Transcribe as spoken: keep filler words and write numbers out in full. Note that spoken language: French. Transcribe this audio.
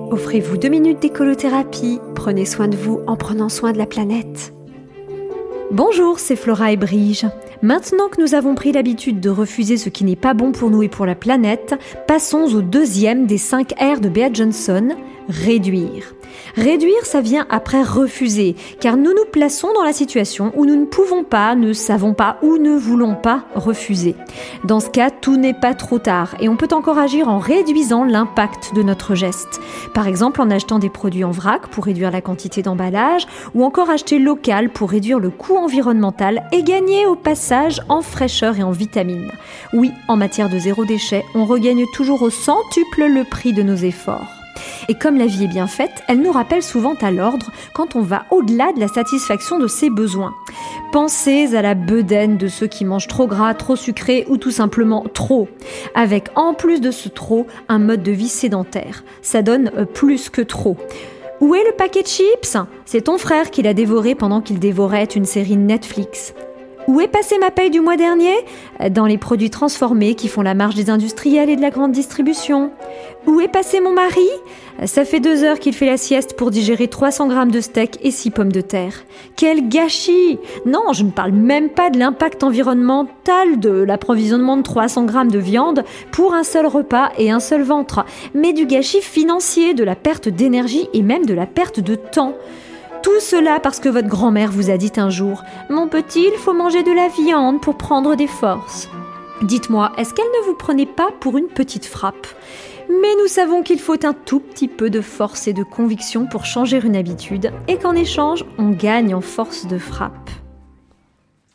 Offrez-vous deux minutes d'écolothérapie. Prenez soin de vous en prenant soin de la planète. Bonjour, c'est Flora et Brige. Maintenant que nous avons pris l'habitude de refuser ce qui n'est pas bon pour nous et pour la planète, passons au deuxième des cinq R de Bea Johnson, réduire. Réduire, ça vient après refuser, car nous nous plaçons dans la situation où nous ne pouvons pas, ne savons pas ou ne voulons pas refuser. Dans ce cas, tout n'est pas trop tard et on peut encore agir en réduisant l'impact de notre geste. Par exemple, en achetant des produits en vrac pour réduire la quantité d'emballage ou encore acheter local pour réduire le coût environnemental et gagner au passage en fraîcheur et en vitamines. Oui, en matière de zéro déchet, on regagne toujours au centuple le prix de nos efforts. Et comme la vie est bien faite, elle nous rappelle souvent à l'ordre quand on va au-delà de la satisfaction de ses besoins. Pensez à la bedaine de ceux qui mangent trop gras, trop sucré ou tout simplement trop. Avec en plus de ce trop, un mode de vie sédentaire. Ça donne plus que trop. Où est le paquet de chips ? C'est ton frère qui l'a dévoré pendant qu'il dévorait une série Netflix. Où est passée ma paye du mois dernier ? Dans les produits transformés qui font la marge des industriels et de la grande distribution. Où est passé mon mari ? Ça fait deux heures qu'il fait la sieste pour digérer trois cents grammes de steak et six pommes de terre. Quel gâchis ! Non, je ne parle même pas de l'impact environnemental de l'approvisionnement de trois cents grammes de viande pour un seul repas et un seul ventre, mais du gâchis financier, de la perte d'énergie et même de la perte de temps. Tout cela parce que votre grand-mère vous a dit un jour « Mon petit, il faut manger de la viande pour prendre des forces ». Dites-moi, est-ce qu'elle ne vous prenait pas pour une petite frappe ? Mais nous savons qu'il faut un tout petit peu de force et de conviction pour changer une habitude et qu'en échange, on gagne en force de frappe.